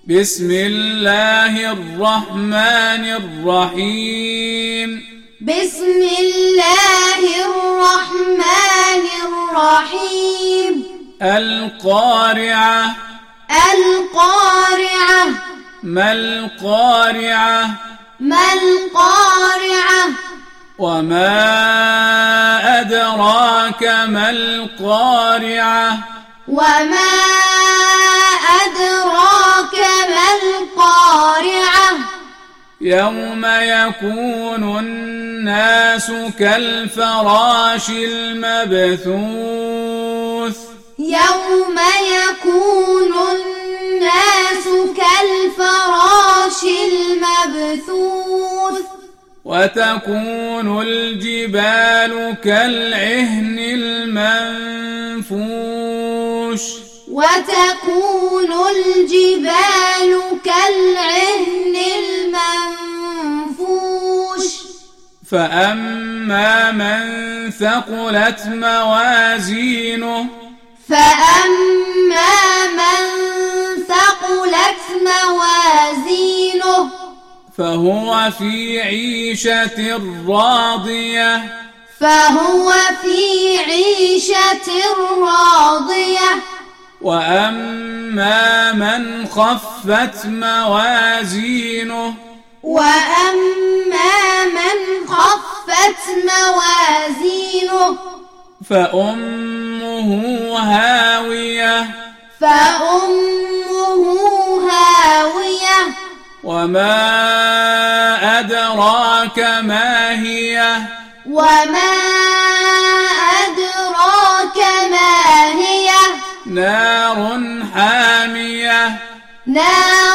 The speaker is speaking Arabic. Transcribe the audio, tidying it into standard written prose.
بسم الله الرحمن الرحيم. بسم الله الرحمن الرحيم. القارعة. القارعة. ما القارعة؟ ما القارعة؟ وما أدراك ما القارعة؟ وما أدراك ما القارعة؟ يوم يكون الناس كالفراش المبثوث. يوم يكون الناس كالفراش المبثوث. وتكون الجبال كالعهن المنفوش. وتكون الجبال كالعهن المنفوش. فأما من ثقلت موازينه. فأما من ثقلت موازينه فهو في عيشة راضية. فهو في عيشة راضية. وأما من خفت موازينه. وأما من خفت موازينه فأمه هاوية. فأمه هاوية. وما أدراك ما هي؟ وما أدراك ما هي؟ نار حامية. نار